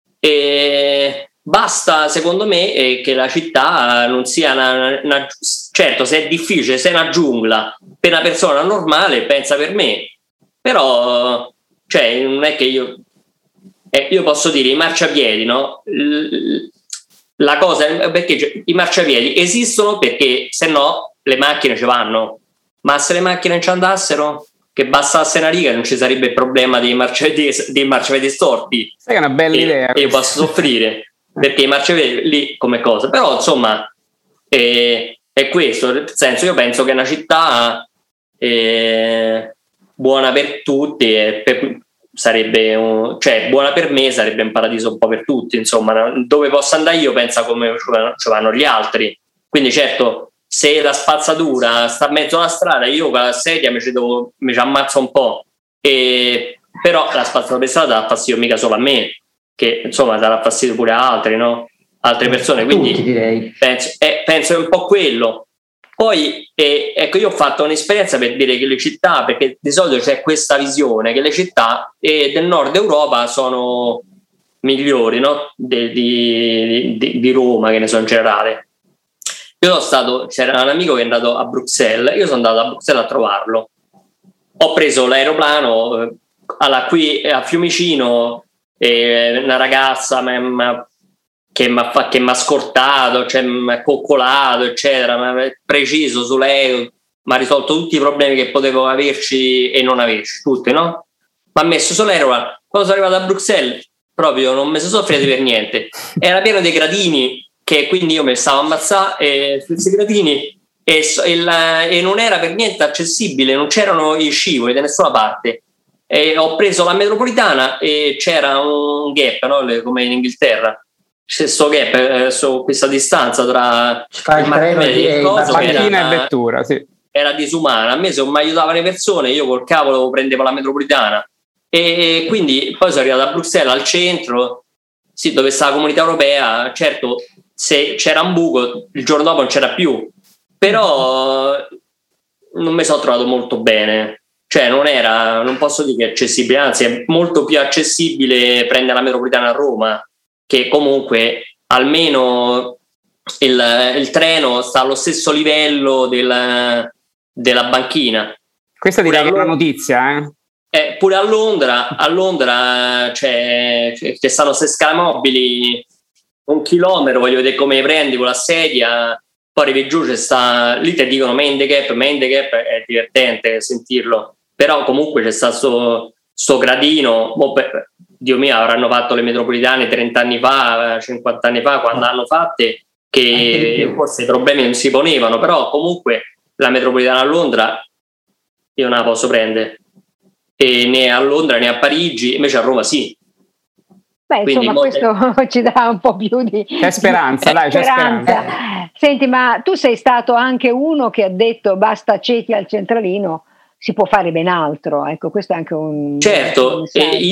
S5: basta, secondo me, che la città non sia certo, se è difficile, se è una giungla per una persona normale, pensa per me, però cioè non è che io posso dire i marciapiedi, no? La cosa è perché i marciapiedi esistono perché se no le macchine ci vanno, ma se le macchine ci andassero, che bastasse una riga, non ci sarebbe il problema dei marciapiedi storti.
S7: È una bella idea.
S5: Io posso soffrire perché i marciapiedi lì come cosa, però insomma è questo, nel senso, io penso che una città buona per tutti sarebbe cioè buona per me sarebbe un paradiso un po' per tutti, insomma, dove posso andare io pensa come ci vanno gli altri. Quindi certo, se la spazzatura sta in mezzo alla strada, io con la sedia mi ci ammazzo un po', però la spazzatura per strada dà fastidio mica solo a me, che insomma darà fastidio pure a altri, no? Altre persone, quindi
S8: tutti, direi.
S5: penso è un po' quello. Poi ecco, io ho fatto un'esperienza per dire che le città, perché di solito c'è questa visione che le città del nord Europa sono migliori, no? di Roma, che ne so, in generale. Io sono stato, c'era un amico che è andato a Bruxelles, io sono andato a Bruxelles a trovarlo, ho preso l'aeroplano, qui a Fiumicino, una ragazza che mi ha scortato, cioè mi ha coccolato, eccetera, mi ha preciso su lei, mi ha risolto tutti i problemi che potevo averci e non averci, tutti, no? Mi ha messo sull'aeroplano. Quando sono arrivato a Bruxelles, proprio non mi sono soffriati per niente. Era pieno dei gradini, che quindi io mi stavo ammazzando su questi gradini e non era per niente accessibile, non c'erano i scivoli da nessuna parte. Ho preso la metropolitana e c'era un gap, no? Come in Inghilterra. C'è questo gap, questa distanza tra
S8: il
S7: macchina e vettura, sì.
S5: Era disumana. A me, se non mi aiutavano le persone, io col cavolo prendevo la metropolitana. E quindi poi sono arrivato a Bruxelles, al centro, sì, dove sta la Comunità Europea. Certo, se c'era un buco, il giorno dopo non c'era più, però non mi sono trovato molto bene. Cioè non posso dire che è accessibile, anzi è molto più accessibile prendere la metropolitana a Roma, che comunque almeno il treno sta allo stesso livello della banchina.
S7: Questa direi che è una notizia,
S5: pure a Londra ci stanno queste scale mobili 1 chilometro, voglio vedere come prendi con la sedia, poi arrivi giù, lì ti dicono main the gap, è divertente sentirlo, però comunque c'è stato sto gradino. Dio mio, avranno fatto le metropolitane 30 anni fa, 50 anni fa, quando hanno fatte, che forse i problemi non si ponevano, però comunque la metropolitana a Londra io non la posso prendere, e né a Londra né a Parigi, invece a Roma sì.
S9: Beh, insomma, questo ci dà un po' più di...
S7: C'è speranza, dai, c'è speranza.
S9: Senti, ma tu sei stato anche uno che ha detto basta ceti al centralino, si può fare ben altro, ecco, questo è anche un...
S5: Certo,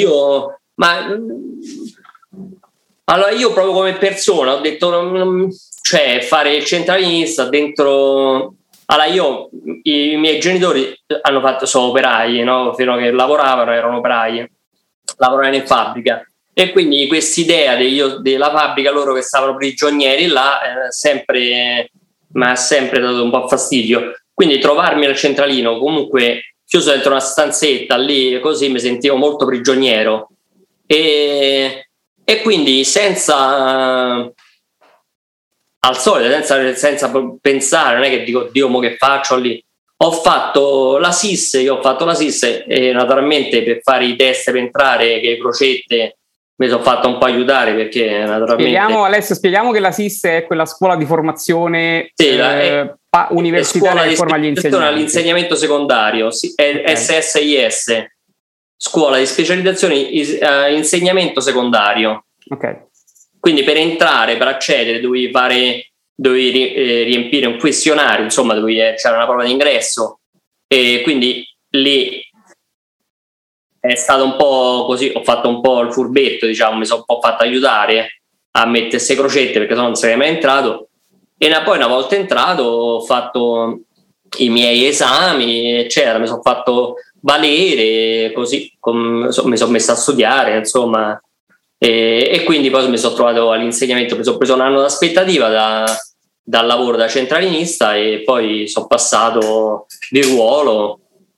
S5: allora io proprio come persona ho detto, cioè fare il centralinista dentro... Allora i miei genitori sono operai, no? Fino a che lavoravano erano operai, lavoravano in fabbrica, e quindi quest'idea della fabbrica, loro che stavano prigionieri là, mi ha sempre dato un po' fastidio. Quindi trovarmi al centralino comunque chiuso dentro una stanzetta lì, così mi sentivo molto prigioniero, e quindi senza al solito, senza pensare, non è che dico Dio mo che faccio lì, ho fatto la SIS e naturalmente per fare i test per entrare, che crocette, mi sono fatto un po' aiutare, perché naturalmente...
S7: Spieghiamo che la SIS è quella scuola di formazione universitaria che forma gli insegnanti.
S5: All'insegnamento secondario, okay. SSIS, scuola di specializzazione insegnamento secondario.
S7: Ok.
S5: Quindi per accedere dovevi riempire un questionario, insomma, c'era una prova d'ingresso, e quindi lì è stato un po' così, ho fatto un po' il furbetto, diciamo, mi sono un po' fatto aiutare a mettere queste crocette, perché sennò non sarei mai entrato, e poi una volta entrato ho fatto i miei esami, eccetera, mi sono fatto valere, così mi sono messo a studiare, insomma, e quindi poi mi sono trovato all'insegnamento, mi sono preso un anno d'aspettativa dal lavoro da centralinista, e poi sono passato di ruolo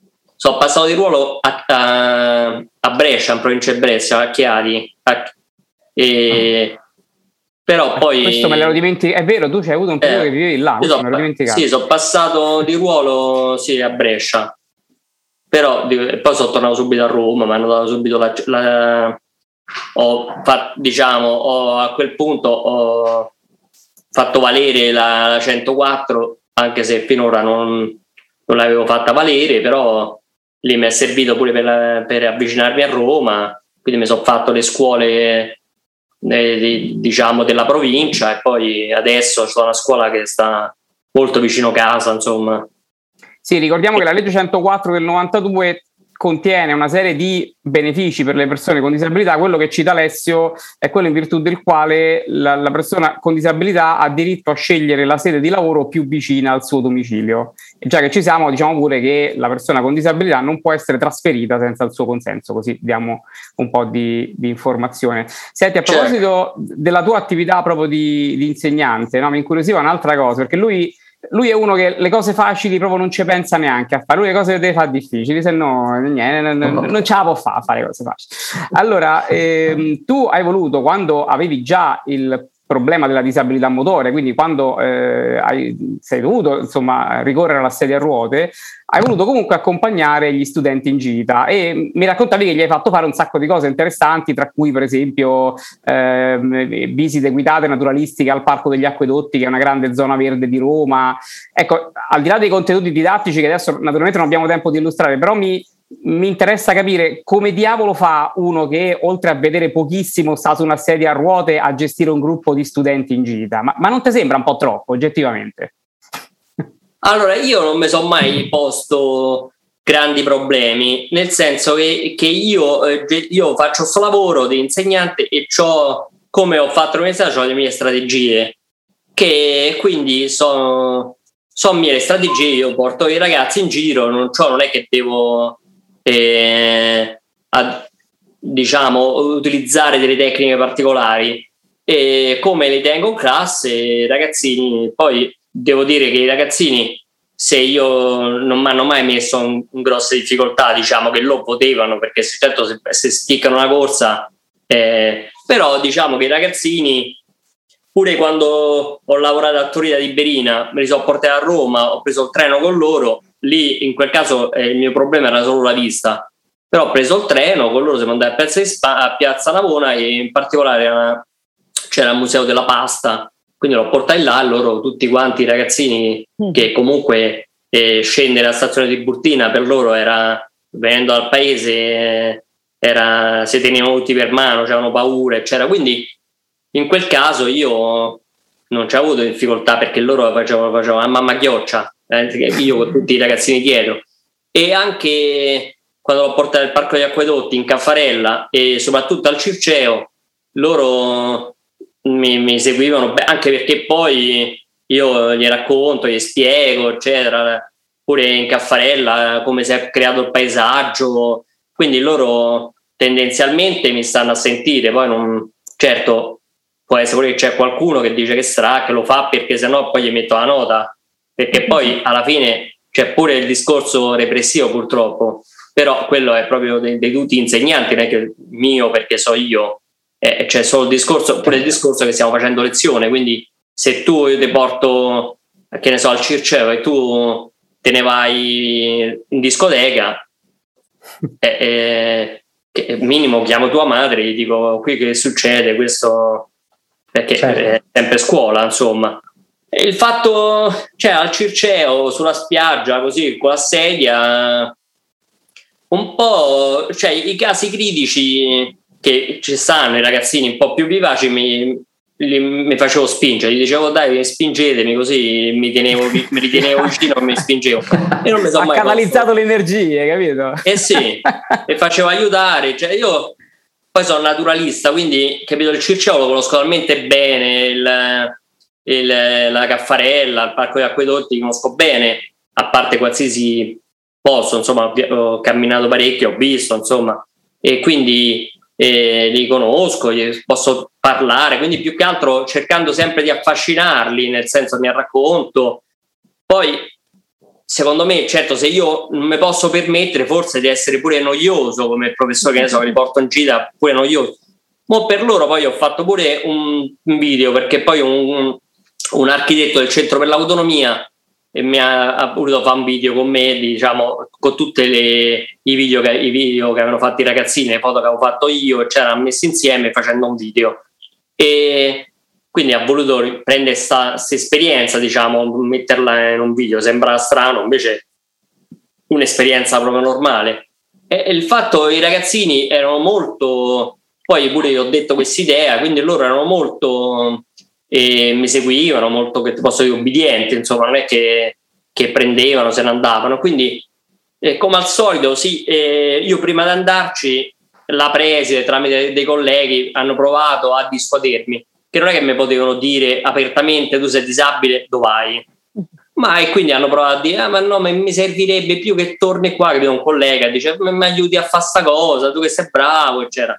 S5: a Brescia, in provincia di Brescia, a Chiari, però poi...
S7: Questo me l'ero dimenticato, è vero, tu c'hai avuto un periodo che vivevi là, me l'ero dimenticato.
S5: Sì, sono passato di ruolo a Brescia, però poi sono tornato subito a Roma, mi hanno dato subito a quel punto ho fatto valere la 104, anche se finora non l'avevo fatta valere, però lì mi è servito pure per avvicinarmi a Roma, quindi mi sono fatto le scuole della provincia, e poi adesso c'è una scuola che sta molto vicino casa, insomma.
S7: Sì, ricordiamo che la legge 104 del 92 contiene una serie di benefici per le persone con disabilità. Quello che cita Alessio è quello in virtù del quale la persona con disabilità ha diritto a scegliere la sede di lavoro più vicina al suo domicilio. E già che ci siamo, diciamo pure che la persona con disabilità non può essere trasferita senza il suo consenso, così diamo un po' di informazione. Senti, a proposito della tua attività proprio di insegnante, no? Mi incuriosiva un'altra cosa, perché lui è uno che le cose facili proprio non ci pensa neanche a fare, lui le cose le deve fare difficili, se no non ce la può fare a fare cose facili. Allora, tu hai voluto, quando avevi già il problema della disabilità motore, quindi quando sei dovuto insomma ricorrere alla sedia a ruote, hai voluto comunque accompagnare gli studenti in gita e mi raccontavi che gli hai fatto fare un sacco di cose interessanti, tra cui per esempio visite guidate naturalistiche al Parco degli Acquedotti, che è una grande zona verde di Roma. Ecco, al di là dei contenuti didattici che adesso naturalmente non abbiamo tempo di illustrare, però mi interessa capire come diavolo fa uno che oltre a vedere pochissimo sta su una sedia a ruote a gestire un gruppo di studenti in gita, ma non ti sembra un po' troppo oggettivamente?
S5: Allora, io non mi sono mai posto grandi problemi, nel senso che io faccio questo lavoro di insegnante e come ho fatto l'università, ho le mie strategie, che quindi sono mie strategie. Io porto i ragazzi in giro, non è che devo utilizzare delle tecniche particolari, e come li tengo in classe i ragazzini. Poi devo dire che i ragazzini, se io non mi hanno mai messo in grosse difficoltà, diciamo che lo potevano, perché certo se sticcano una corsa, però diciamo che i ragazzini, pure quando ho lavorato a Torino di Berina, me li sono portati a Roma, ho preso il treno con loro. Lì in quel caso il mio problema era solo la vista, però ho preso il treno con loro, siamo andati a Piazza Navona, e in particolare c'era il Museo della Pasta, quindi l'ho portato là. Loro, tutti quanti i ragazzini, che comunque scendere alla stazione di Burtina per loro era, venendo dal paese, si tenevano tutti per mano, avevano paura, eccetera. Quindi in quel caso io non ci ho avuto difficoltà, perché loro facevano a mamma ghioccia, io con tutti i ragazzini dietro. E anche quando l'ho portato al Parco degli Acquedotti in Caffarella e soprattutto al Circeo, loro mi seguivano, anche perché poi io gli racconto, gli spiego, eccetera, pure in Caffarella come si è creato il paesaggio, quindi loro tendenzialmente mi stanno a sentire. Poi certo, può essere pure che c'è qualcuno che dice che lo fa perché sennò poi gli metto la nota, perché poi alla fine c'è pure il discorso repressivo, purtroppo, però quello è proprio dei tutti insegnanti, non è che mio perché so io. C'è solo il discorso che stiamo facendo lezione, quindi se io ti porto, che ne so, al Circeo e tu te ne vai in discoteca, minimo chiamo tua madre e gli dico qui che succede, questo, perché è sempre scuola, insomma. E il fatto, al Circeo, sulla spiaggia, così con la sedia, un po', i casi critici che ci stanno, i ragazzini un po' più vivaci mi facevo spingere, gli dicevo dai spingetemi, così mi ritenevo vicino e mi spingevo, e non mi sono mai
S7: canalizzato le energie, capito?
S5: Sì, e facevo aiutare. Io poi sono naturalista, quindi capito, il Circeo lo conosco talmente bene, la Caffarella, il Parco degli Acquedotti conosco bene, a parte qualsiasi posto, insomma ho camminato parecchio, ho visto, insomma, e quindi li conosco, gli posso parlare, quindi più che altro cercando sempre di affascinarli, nel senso mi racconto. Poi secondo me, certo, se io non mi posso permettere forse di essere pure noioso come il professore, che ne so, che li porto in gita, pure noioso, ma per loro poi ho fatto pure un video, perché poi un architetto del Centro per l'Autonomia e mi ha voluto fare un video con me, diciamo, con tutti i video che avevano fatto i ragazzini, le foto che avevo fatto io, e c'erano messi insieme facendo un video, e quindi ha voluto prendere questa esperienza, diciamo, metterla in un video. Sembra strano, invece un'esperienza proprio normale. E il fatto, i ragazzini erano molto, poi pure io ho detto questa idea, quindi loro erano molto, mi seguivano molto, che ti posso dire, obbedienti, insomma, non è che prendevano, se ne andavano, quindi come al solito, sì, io prima di andarci, la preside tramite dei colleghi hanno provato a dissuadermi, che non è che mi potevano dire apertamente tu sei disabile, dove vai? Ma e quindi hanno provato a dire ma no, ma mi servirebbe più che torni qua, che un collega dice mi aiuti a fare sta cosa, tu che sei bravo, eccetera.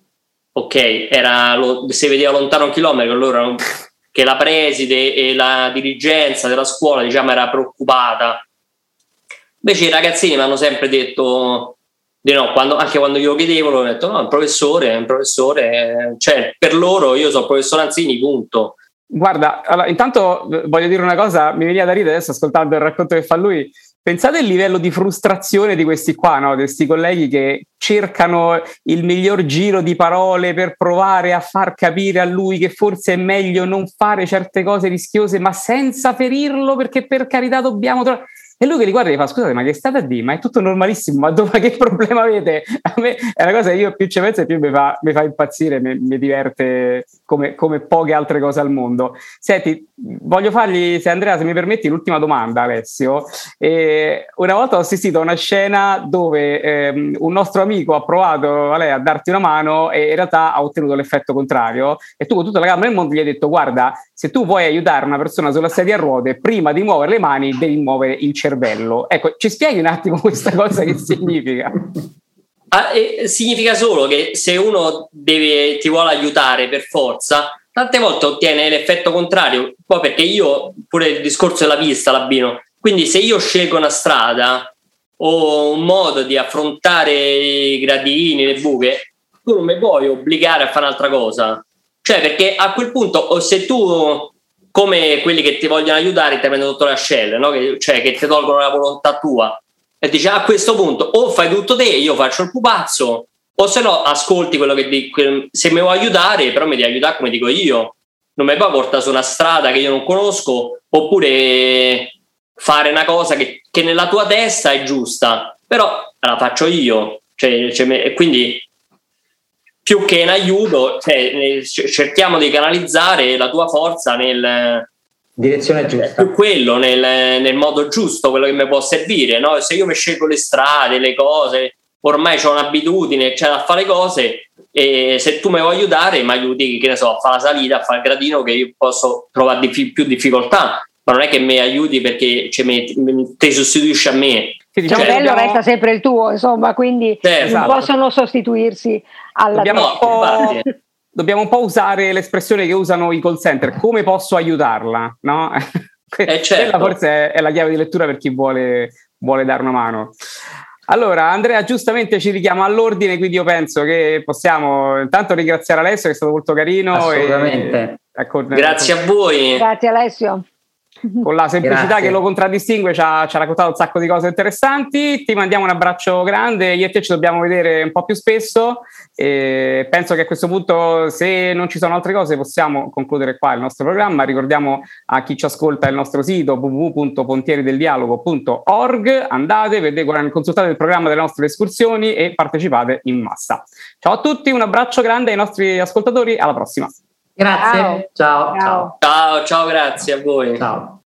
S5: Ok, si vedeva lontano un chilometro loro, che la preside e la dirigenza della scuola, diciamo, era preoccupata. Invece i ragazzini mi hanno sempre detto di no, anche quando io chiedevo, ho detto no, è un professore, cioè per loro io sono il professor Anzini, punto.
S7: Guarda, allora, intanto voglio dire una cosa, mi veniva da ridere adesso ascoltando il racconto che fa lui. Pensate al livello di frustrazione di questi qua, no? Di questi colleghi che cercano il miglior giro di parole per provare a far capire a lui che forse è meglio non fare certe cose rischiose, ma senza ferirlo, perché per carità dobbiamo trovare... E lui che li guarda e gli fa scusate ma che state a dire? Ma è tutto normalissimo, ma che problema avete? A me è una cosa che io più ci penso e più mi fa impazzire, mi diverte come poche altre cose al mondo. Senti, voglio fargli, se Andrea se mi permetti, l'ultima domanda, Alessio. Una volta ho assistito a una scena dove un nostro amico ha provato a darti una mano e in realtà ha ottenuto l'effetto contrario, e tu con tutta la calma del mondo gli hai detto guarda, se tu vuoi aiutare una persona sulla sedia a ruote, prima di muovere le mani devi muovere il cervello. Ecco, ci spieghi un attimo questa cosa che significa?
S5: Significa solo che se uno ti vuole aiutare per forza, tante volte ottiene l'effetto contrario, poi perché io pure il discorso della vista l'abbino, quindi se io scelgo una strada o un modo di affrontare i gradini, le buche, tu non mi puoi obbligare a fare un'altra cosa. Cioè, perché a quel punto, se tu, come quelli che ti vogliono aiutare, ti prendono sotto le ascelle, no? che ti tolgono la volontà tua, e dici a questo punto o fai tutto te, io faccio il pupazzo, o se no ascolti quello che dico. Se mi vuoi aiutare, però mi devi aiutare come dico io, non mi puoi portare su una strada che io non conosco, oppure fare una cosa che nella tua testa è giusta, però la faccio io. Quindi più che in aiuto, cerchiamo di canalizzare la tua forza nel
S8: direzione giusta,
S5: più quello nel modo giusto, quello che mi può servire, no? Se io mi scelgo le strade, le cose, ormai ho un'abitudine, a fare cose, e se tu mi vuoi aiutare mi aiuti, che ne so, a fare la salita, a fare il gradino, che io posso trovare più difficoltà, ma non è che mi aiuti perché ti sostituisci a me.
S9: Il cervello resta sempre il tuo, insomma, quindi non possono sostituirsi alla
S7: Dobbiamo un po' usare l'espressione che usano i call center, come posso aiutarla, no?
S5: Certo.
S7: Quella forse è la chiave di lettura per chi vuole dare una mano. Allora, Andrea giustamente ci richiama all'ordine, quindi io penso che possiamo intanto ringraziare Alessio, che è stato molto carino.
S8: Assolutamente.
S5: Grazie a voi.
S9: Grazie Alessio.
S7: Con la semplicità che lo contraddistingue ci ha raccontato un sacco di cose interessanti. Ti mandiamo un abbraccio grande, io e te ci dobbiamo vedere un po' più spesso, e penso che a questo punto, se non ci sono altre cose, possiamo concludere qua il nostro programma. Ricordiamo a chi ci ascolta il nostro sito www.pontierideldialogo.org, andate, consultate il programma delle nostre escursioni e partecipate in massa. Ciao a tutti, un abbraccio grande ai nostri ascoltatori, alla prossima.
S8: Grazie, ciao,
S5: grazie a voi.
S8: Ciao.